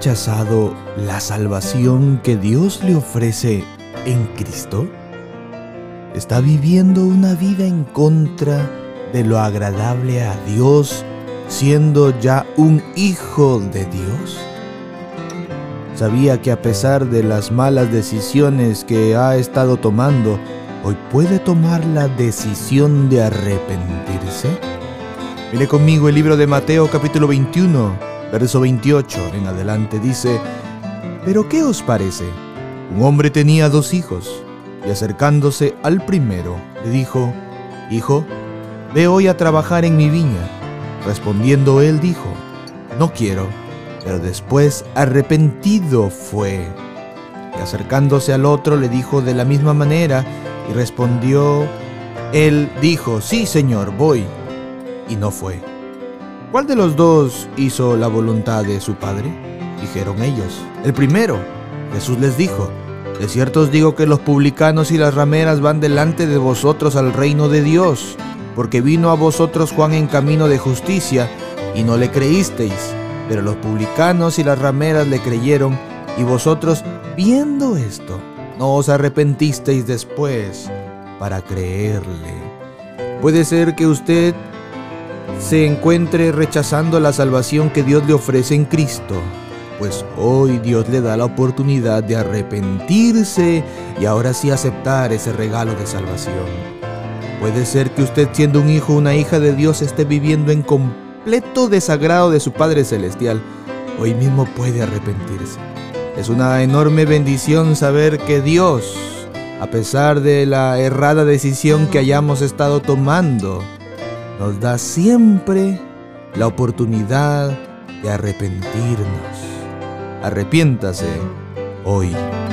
rechazado la salvación que Dios le ofrece en Cristo? ¿Está viviendo una vida en contra de lo agradable a Dios, siendo ya un hijo de Dios? ¿Sabía que a pesar de las malas decisiones que ha estado tomando, hoy puede tomar la decisión de arrepentirse? Mire conmigo el libro de Mateo capítulo 21, verso 28 en adelante, dice: «Pero ¿qué os parece? Un hombre tenía 2 hijos, y acercándose al primero, le dijo: Hijo, ve hoy a trabajar en mi viña. Respondiendo él dijo: No quiero. Pero después arrepentido fue. Y acercándose al otro le dijo de la misma manera, y respondió él dijo: Sí, Señor, voy. Y no fue. ¿Cuál de los 2 hizo la voluntad de su padre? Dijeron ellos: El primero. Jesús les dijo: De cierto os digo que los publicanos y las rameras van delante de vosotros al reino de Dios, porque vino a vosotros Juan en camino de justicia, y no le creísteis, pero los publicanos y las rameras le creyeron, y vosotros, viendo esto, no os arrepentisteis después para creerle». Puede ser que usted se encuentre rechazando la salvación que Dios le ofrece en Cristo, pues hoy Dios le da la oportunidad de arrepentirse y ahora sí aceptar ese regalo de salvación. Puede ser que usted, siendo un hijo o una hija de Dios, esté viviendo en completo desagrado de su Padre Celestial. Hoy mismo puede arrepentirse. Es una enorme bendición saber que Dios, a pesar de la errada decisión que hayamos estado tomando, nos da siempre la oportunidad de arrepentirnos. Arrepiéntase hoy.